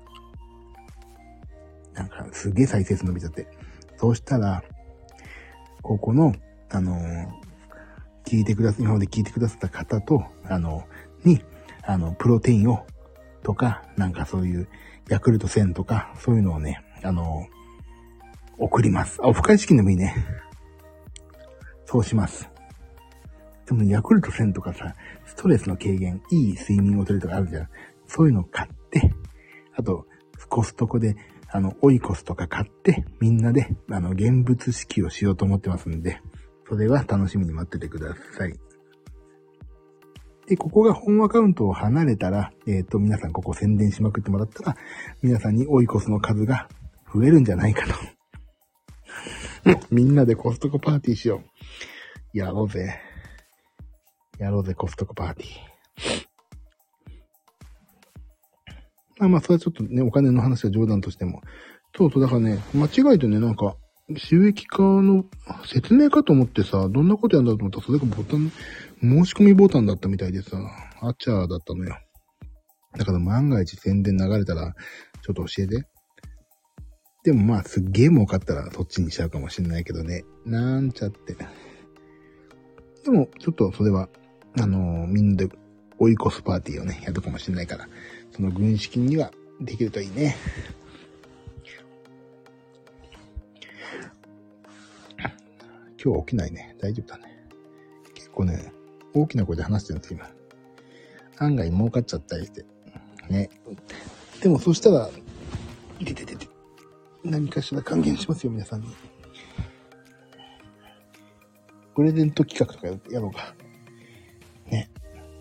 なんかすげえ再生数伸びちゃって。そうしたら、ここの、あのー、聞いてくださ、今まで聞いてくださった方と、あの、に、あの、プロテインを、とか、なんかそういう、ヤクルトせんとか、そういうのをね、あの、送ります。あ、オフ会資金でもいいね。そうします。でも、ヤクルトせんとかさ、ストレスの軽減、いい睡眠をとるとかあるじゃん。そういうのを買って、あと、コストコで、あの、オイコスとか買って、みんなで、あの、現物支給をしようと思ってますんで、それは楽しみに待っててください。で、ここが本アカウントを離れたら、えっと、皆さんここ宣伝しまくってもらったら、皆さんにオイコスの数が増えるんじゃないかと。みんなでコストコパーティーしよう。やろうぜ。やろうぜ、コストコパーティー。まあまあ、それはちょっとね、お金の話は冗談としても。そうそう、だからね、間違えてね、なんか、収益化の説明かと思ってさ、どんなことやんだと思ったら、それがボタン、申し込みボタンだったみたいでさ、あちゃーだったのよ。だから万が一宣伝流れたら、ちょっと教えて。でもまあ、すっげー儲かったらそっちにしちゃうかもしれないけどね。なんちゃって。でも、ちょっとそれは、あのー、みんなで追い越すパーティーをね、やるかもしれないから、その軍資金にはできるといいね。今日起きないね。大丈夫だね。結構ね、大きな声で話してるんですよ、今。案外儲かっちゃったりして。ね。でもそしたら、いてててて。何かしら還元しますよ、皆さんに。 プレゼント企画とかやろうか。ね。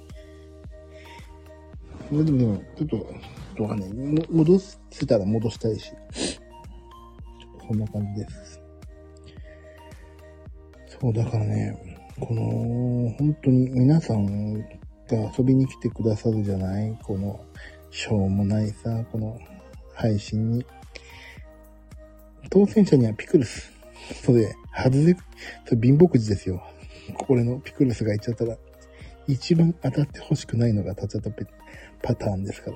でも、でも、ちょっと、ちょっとわかんない。も戻せたら戻したいし。ちょっとそんな感じです。そう、だからね、この、本当に皆さんが遊びに来てくださるじゃない？この、しょうもないさ、この、配信に。当選者にはピクルス。それ、外れ、それ貧乏くじですよ。これのピクルスがいっちゃったら、一番当たってほしくないのが当たっちゃったパターンですから。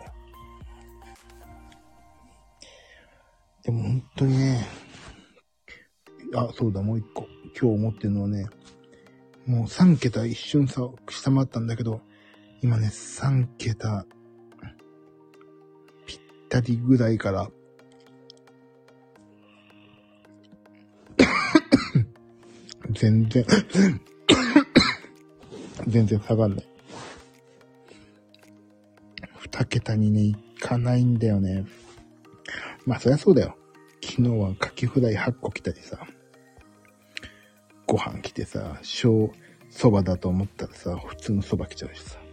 でも本当にね、あ、そうだ、もう一個。今日思ってるのはね、もうさん桁一瞬さ、下回ったんだけど、今ね、さん桁、ぴったりぐらいから、全然、全然下がんない。二桁にね、いかないんだよね。まあ、そりゃそうだよ。昨日はカキフライはっこ来たりさ、ご飯来てさ、小蕎麦だと思ったらさ、普通の蕎麦来ちゃうしさ。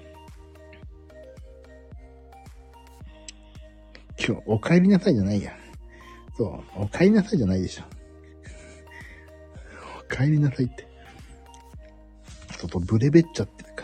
今日、お帰りなさいじゃないや。そう、お帰りなさいじゃないでしょ。お帰りなさいって。ちょっとブレベっちゃってるから。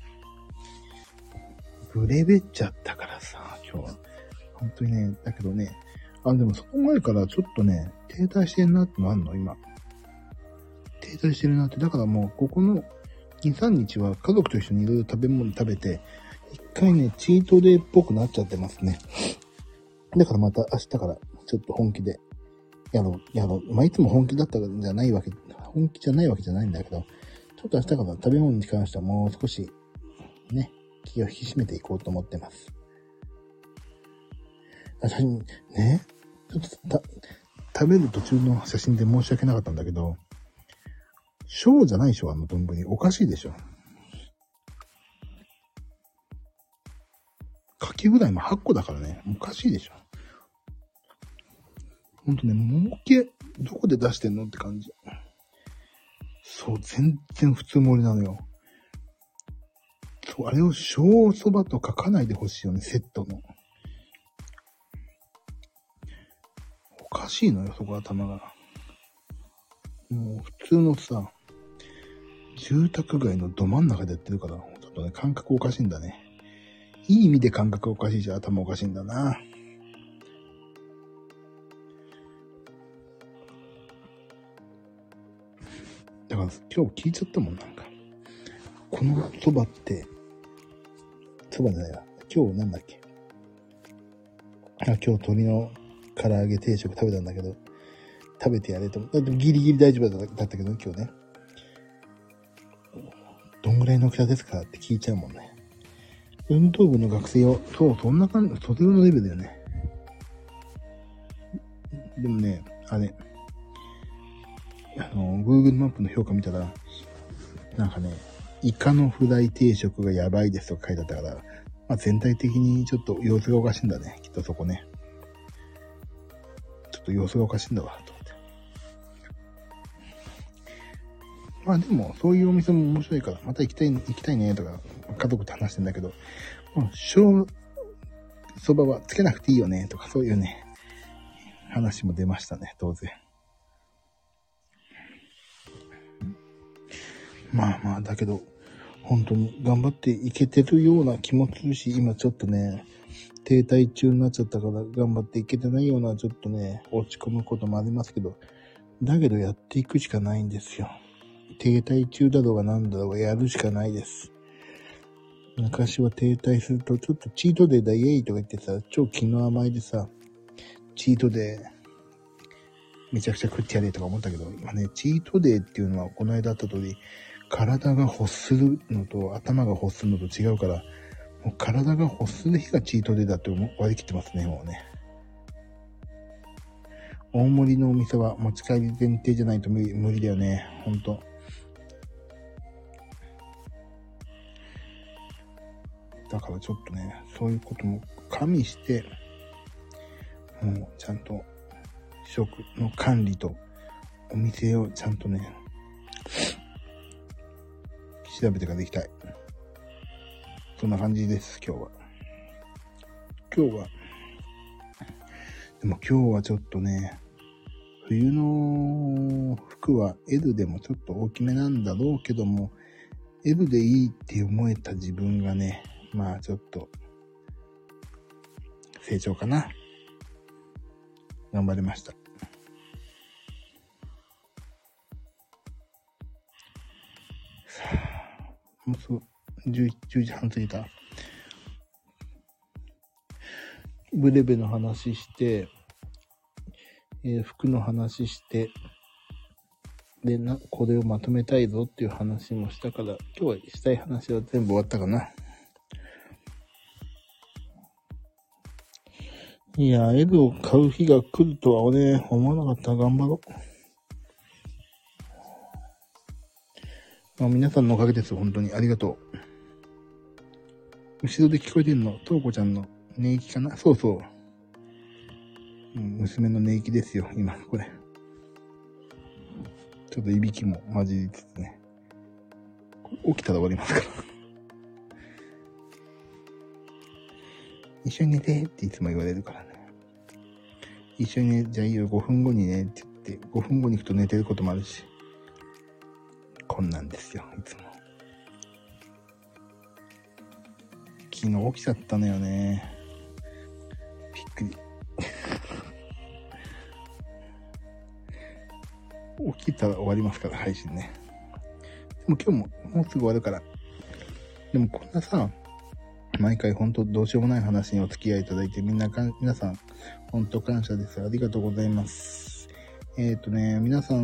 ブレベっちゃったからさ、今日は。本当にね、だけどね、あ、でもその前からちょっとね、停滞してるなってのあんの、今。停滞してるなって。だからもう、ここのに、さんにちは家族と一緒にいろいろ食べ物食べて、一回ね、チートデーっぽくなっちゃってますね。だからまた明日からちょっと本気でやろう、やろう。まあ、いつも本気だったんじゃないわけ、本気じゃないわけじゃないんだけど、ちょっと明日から食べ物に関してはもう少し、ね、気を引き締めていこうと思ってます。写真、ね、ちょっとた、食べる途中の写真で申し訳なかったんだけど、小じゃないでしょ、あの丼。おかしいでしょ。カキフライもはっこだからね、おかしいでしょ。ほんとね、儲け、どこで出してんのって感じ。そう、全然普通盛りなのよ。そう、あれを小そばと書かないでほしいよね、セットの。おかしいのよ、そこ頭が。もう普通のさ、住宅街のど真ん中でやってるから、ちょっとね、感覚おかしいんだね。いい意味で感覚おかしいし、頭おかしいんだな。だから今日聞いちゃったもん、なんか。この蕎麦って、蕎麦じゃないわ。今日なんだっけ。あ、今日鶏の唐揚げ定食食べたんだけど、食べてやれと思う。でもギリギリ大丈夫だったけど、今日ね。どんぐらいの大きさですかって聞いちゃうもんね。運動部の学生を、そう、そんな感じ、それのレベルだよね。でもね、あれ、あの、Google マップの評価見たら、なんかね、イカのフライ定食がやばいですとか書いてあったから、まあ、全体的にちょっと様子がおかしいんだね。きっとそこね。ちょっと様子がおかしいんだわ、と思って。まあでも、そういうお店も面白いから、また行きたい、行きたいね、とか、家族と話してんだけど、まあ、小そばはつけなくていいよね、とか、そういうね、話も出ましたね、当然。まあまあ、だけど、本当に頑張っていけてるような気もするし、今ちょっとね、停滞中になっちゃったから頑張っていけてないようなちょっとね、落ち込むこともありますけど、だけどやっていくしかないんですよ。停滞中だろうがなんだろうがやるしかないです。昔は停滞するとちょっとチートデーだイエイとか言ってさ、超気の甘いでさ、チートデーめちゃくちゃ食ってやれとか思ったけど、今ね、チートデーっていうのはこの間あった通り、体が欲するのと頭が欲するのと違うから、もう体が欲する日がチートデーだって割り切ってますね、もうね。大盛りのお店は持ち帰り前提じゃないと無理、無理だよね、ほんと。だからちょっとね、そういうことも加味して、もうちゃんと食の管理とお店をちゃんとね、 調べてから行きたい。そんな感じです、今日は。今日は、でも今日はちょっとね、冬の服は エル でもちょっと大きめなんだろうけども、エル でいいって思えた自分がね、まあちょっと、成長かな。頑張りました。もうすぐじゅうじはん過ぎた。ブレベの話して、えー、服の話して、でな、これをまとめたいぞっていう話もしたから、今日はしたい話は全部終わったかな。いや、エルを買う日が来るとはね、思わなかった。頑張ろう。まあ、皆さんのおかげです。本当にありがとう。後ろで聞こえてるの、トウコちゃんの寝息かな。そうそう。うん、娘の寝息ですよ、今、これ。ちょっといびきも混じりつつね。起きたら終わりますから。一緒に寝てっていつも言われるからね。一緒に寝、じゃあいいよ、ごふんごにねって言って、ごふんごに行くと寝てることもあるし。こんなんですよ、いつも。昨日起きちゃったのよね。びっくり。起きたら終わりますから、配信ね。でも今日も、もうすぐ終わるから。でもこんなさ、毎回本当どうしようもない話にお付き合いいただいて、みんなか、皆さん、本当感謝です。ありがとうございます。えっとね、皆さ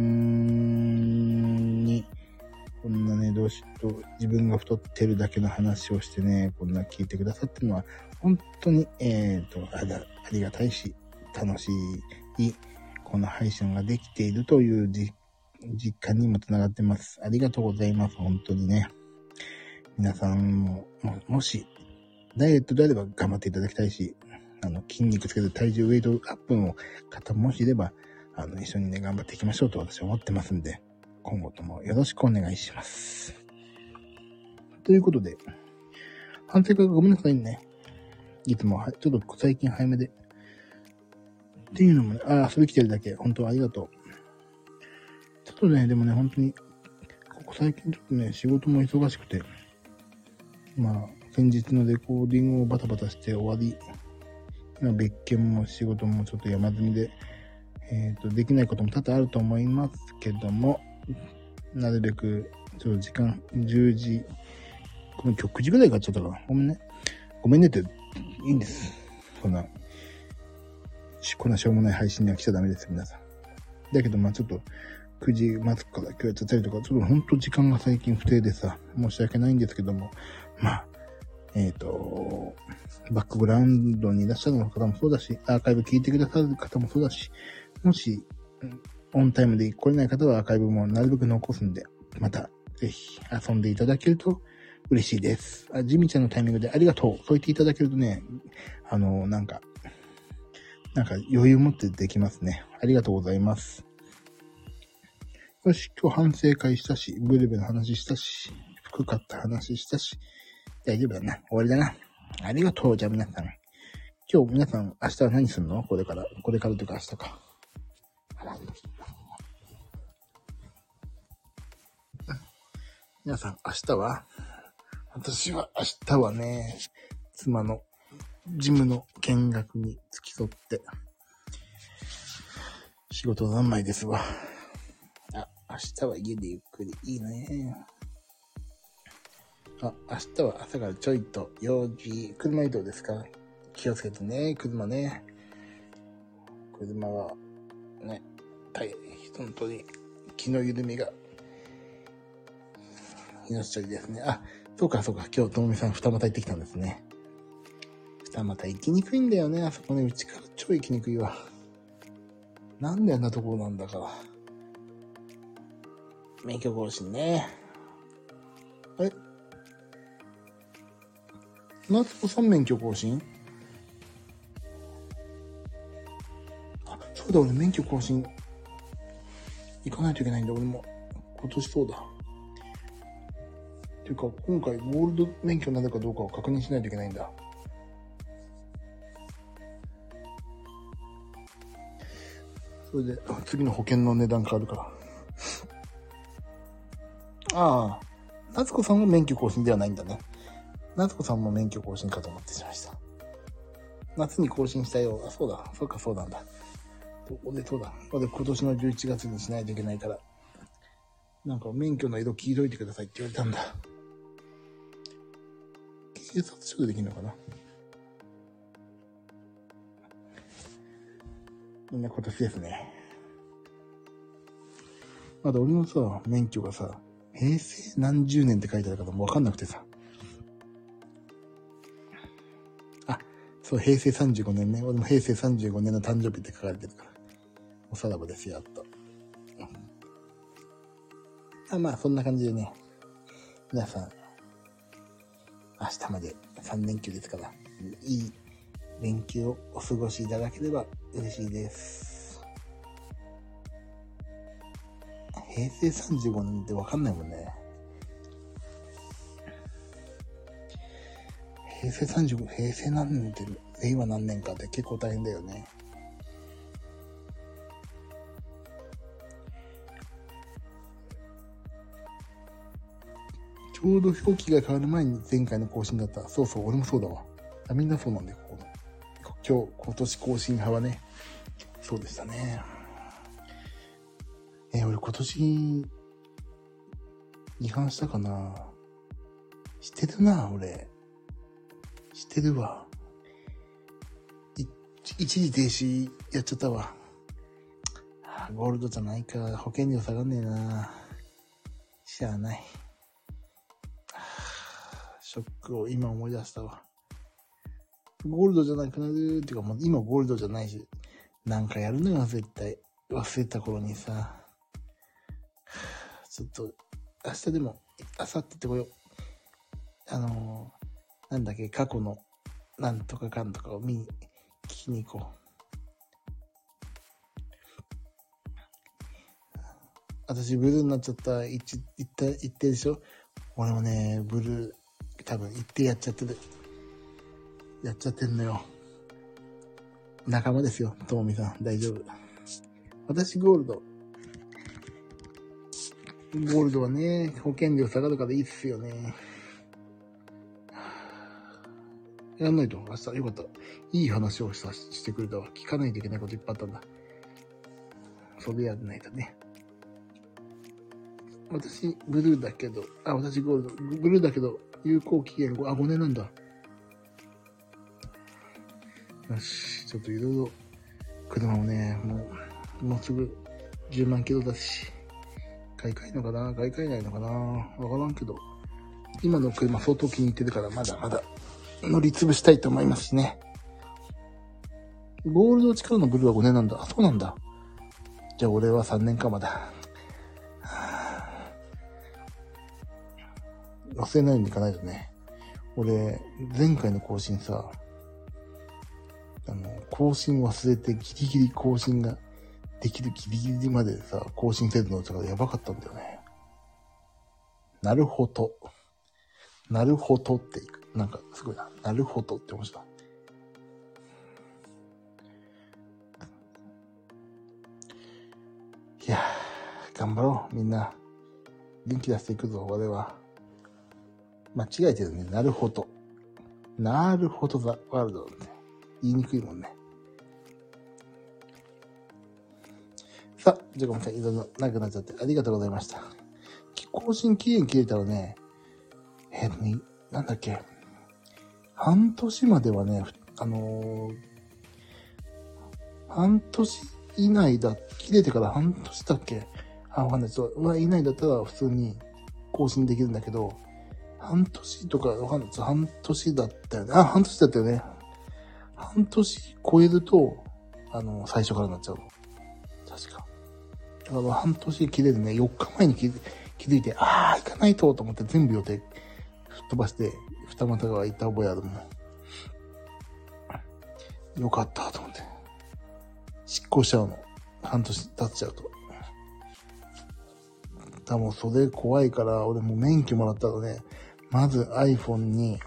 んに、こんなね、どうしと、自分が太ってるだけの話をしてね、こんな聞いてくださってるのは、本当に、えっと、あり、ありがたいし、楽しい、この配信ができているという実感にもつながってます。ありがとうございます。本当にね。皆さんも、も、もし、ダイエットであれば頑張っていただきたいし、あの、筋肉つけて体重ウェイトアップの方もしいれば、あの、一緒にね、頑張っていきましょうと私は思ってますんで、今後ともよろしくお願いします。ということで、反省会がごめんなさいね。いつもは、ちょっと最近早めで。っていうのもね、あ、遊び来てるだけ、本当ありがとう。ちょっとね、でもね、本当に、ここ最近ちょっとね、仕事も忙しくて、まあ、先日のレコーディングをバタバタして終わり、今別件も仕事もちょっと山積みで、えっと、できないことも多々あると思いますけども、なるべく、ちょっと時間、じゅうじ、ごめん、今日くじぐらい買っちゃったから、ごめんね。ごめんねって、いいんです。そんな、こんなしょうもない配信には来ちゃダメです、皆さん。だけど、まあちょっと、くじ末から今日やっちゃったりとか、ちょっとほんと時間が最近不定でさ、申し訳ないんですけども、まあ、えっと、バックグラウンドにいらっしゃる方もそうだし、アーカイブ聞いてくださる方もそうだし、もし、オンタイムで来れない方はアーカイブもなるべく残すんで、また、ぜひ遊んでいただけると嬉しいです。あ、ジミちゃんのタイミングでありがとう。そう言っていただけるとね、あの、なんか、なんか余裕持ってできますね。ありがとうございます。よし、今日反省会したし、ブレベの話したし、服買った話したし、大丈夫だな。終わりだな。ありがとう。じゃあ皆さん。今日皆さん、明日は何するの？これから。これからというか明日か。皆さん、明日は私は明日はね、妻のジムの見学に付き添って、仕事三昧ですわ。あ、明日は家でゆっくり。いいね。あ、明日は朝からちょいと用事、車移動ですか？気をつけてね、車ね。車は、ね、大変、本当に気の緩みが、命取りですね。あ、そうかそうか、今日ともみさん二股行ってきたんですね。二股行きにくいんだよね、あそこね、うちから超行きにくいわ。なんであんなところなんだか。免許更新ね。あれ？夏子さん免許更新？あ、そうだ、俺免許更新行かないといけないんだ、俺も。今年そうだ。 ていうか、今回ゴールド免許になるかどうかを確認しないといけないんだ。それで、次の保険の値段変わるから。ああ、夏子さんも免許更新ではないんだね。夏子さんも免許更新かと思ってしまいました。夏に更新したよ。あ、そうだ。そうか、そうなんだ。どこでそうだ。これ今年のじゅういちがつにしないといけないから。なんか免許の色聞いといてくださいって言われたんだ。警察署でできるのかな。みんな今年ですね。まだ俺のさ、免許がさ、平成何十年って書いてあるからもうわかんなくてさ。あ、そう、平成さんじゅうごねんね。俺も平成さんじゅうごねんの誕生日って書かれてるから。おさらばですよ、やっと。あ、まあ、そんな感じでね。皆さん、明日までさん連休ですから、いい連休をお過ごしいただければ嬉しいです。平成さんじゅうごねんってわかんないもんね。平成さんじゅうご、平成何年って令和何年かって結構大変だよね。ちょうど表記が変わる前に前回の更新だった。そうそう、俺もそうだわ。あ、みんなそうなんだよ、ここの。今日、今年更新派はね。そうでしたね。えー、俺今年、違反したかな？してるな、俺。してるわ。い、一時停止やっちゃったわ。ゴールドじゃないか。保険料下がんねえな。しゃあない。ショックを今思い出したわ。ゴールドじゃなくなるっていうか、もう今ゴールドじゃないし、なんかやるのよ、絶対。忘れた頃にさ。ちょっと、明日でも、明後日ってこよう。あのー、なんだっけ、過去の、なんとかかんとかを見に、聞きに行こう。私、ブルーになっちゃった、言って、言った、言ってるでしょ？俺もね、ブルー、多分言ってやっちゃってる。やっちゃってんのよ。仲間ですよ、ともみさん。大丈夫。私、ゴールド。ゴールドはね、保険料下がるからいいっすよね。やんないと、明日、よかった。いい話をさしてくれたわ。聞かないといけないこといっぱいあったんだ。それやんないとね。私、ブルーだけど、あ、私ゴールド。ブルーだけど、有効期限ご、あ、ごねんなんだ。よし、ちょっといろいろ、車もね、もう、もうすぐじゅうまんキロだし、買い替えのかな買い替えないのかなわからんけど、今の車相当気に入ってるから、まだまだ乗り潰したいと思いますしね。ゴールド力のブルーはごねんなんだ。あ、そうなんだ。じゃあ俺はさんねんかまだ。忘れないようにいかないとね。俺、前回の更新さ、あの、更新忘れてギリギリ更新ができるギリギリまでさ、更新せずのとかやばかったんだよね。なるほど。なるほどって、なんかすごいな。なるほどって思いました。いやー、頑張ろう、みんな。元気出していくぞ、俺は。間違えてるね。なるほど。なるほど、ザ・ワールドって言いにくいもんね。さあ、じゃあごめんなさい。いろいろなくなっちゃってありがとうございました。更新期限切れたらね、えー、なんだっけ。半年まではね、あのー、半年以内だ、切れてから半年だっけ？あ、わかんない。そう、まあ、以内だったら普通に更新できるんだけど、半年とかわかんない。半年だったよね。あ、半年だったよね。半年超えると、あの、最初からなっちゃう。確か。だから半年切れるね。よっかまえに気づいて、ああ、行かないとと思って全部予定吹っ飛ばして、二股が行った覚えあるもん。よかったと思って。執行しちゃうの。半年経っちゃうと。多分それ怖いから、俺もう免許もらったらね、 まず iPhone に、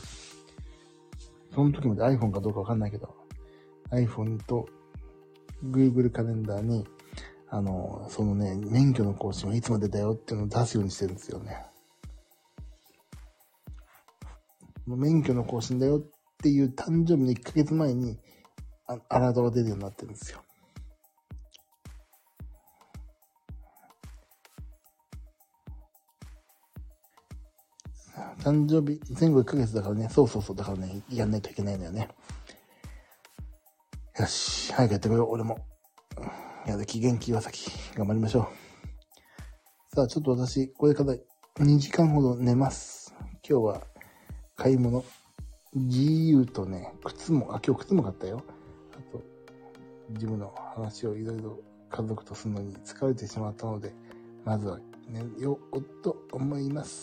その時まで iPhone かどうかわかんないけど、iPhone と Google カレンダーに、あの、そのね、免許の更新はいつまでだよっていうのを出すようにしてるんですよね。免許の更新だよっていう誕生日のいっかげつまえに、あアラートが出るようになってるんですよ。誕生日前後いっかげつだからね、そうそうそう、だからね、やんないといけないんだよね。よし、早くやってこよう、俺も。やる気元気岩崎、頑張りましょう。さあ、ちょっと私、これからにじかんほど寝ます。今日は、買い物、ジーユー とね、靴も、あ、今日靴も買ったよ。あと、ジムの話をいろいろ家族とするのに疲れてしまったので、まずは寝ようと思います。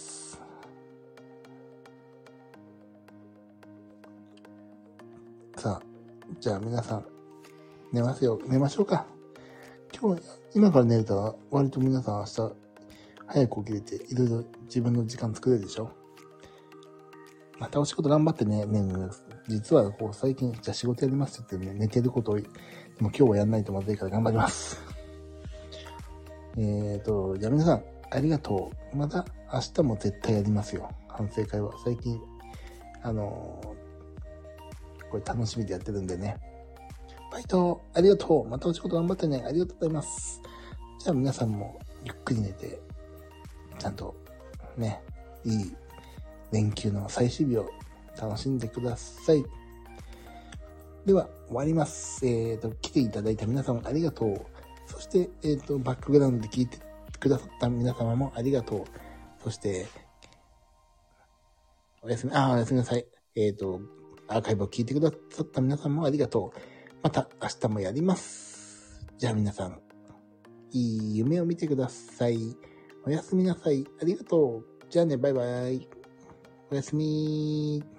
さあ、じゃあ皆さん、寝ますよ。寝ましょうか。今日、今から寝れたら、割と皆さん明日、早く起きれて、いろいろ自分の時間作れるでしょ。またお仕事頑張ってね、ね、実はこう最近、じゃあ仕事やりますって言ってね、寝てることを、でも今日はやんないとまずいから頑張ります。えーと、じゃあ皆さん、ありがとう。また明日も絶対やりますよ。反省会は。最近、あのー、これ楽しみでやってるんでね。バイト、ありがとう。またお仕事頑張ってね。ありがとうございます。じゃあ皆さんもゆっくり寝て、ちゃんとね、いい連休の最終日を楽しんでください。では、終わります。えっと、来ていただいた皆様ありがとう。そして、えっと、バックグラウンドで聞いてくださった皆様もありがとう。そして、おやすみ、あ、おやすみなさい。えっと、アーカイブを聞いてくださった皆さんもありがとう。また明日もやります。じゃあ皆さん、いい夢を見てください。おやすみなさい。ありがとう。じゃあね、バイバイ。おやすみ。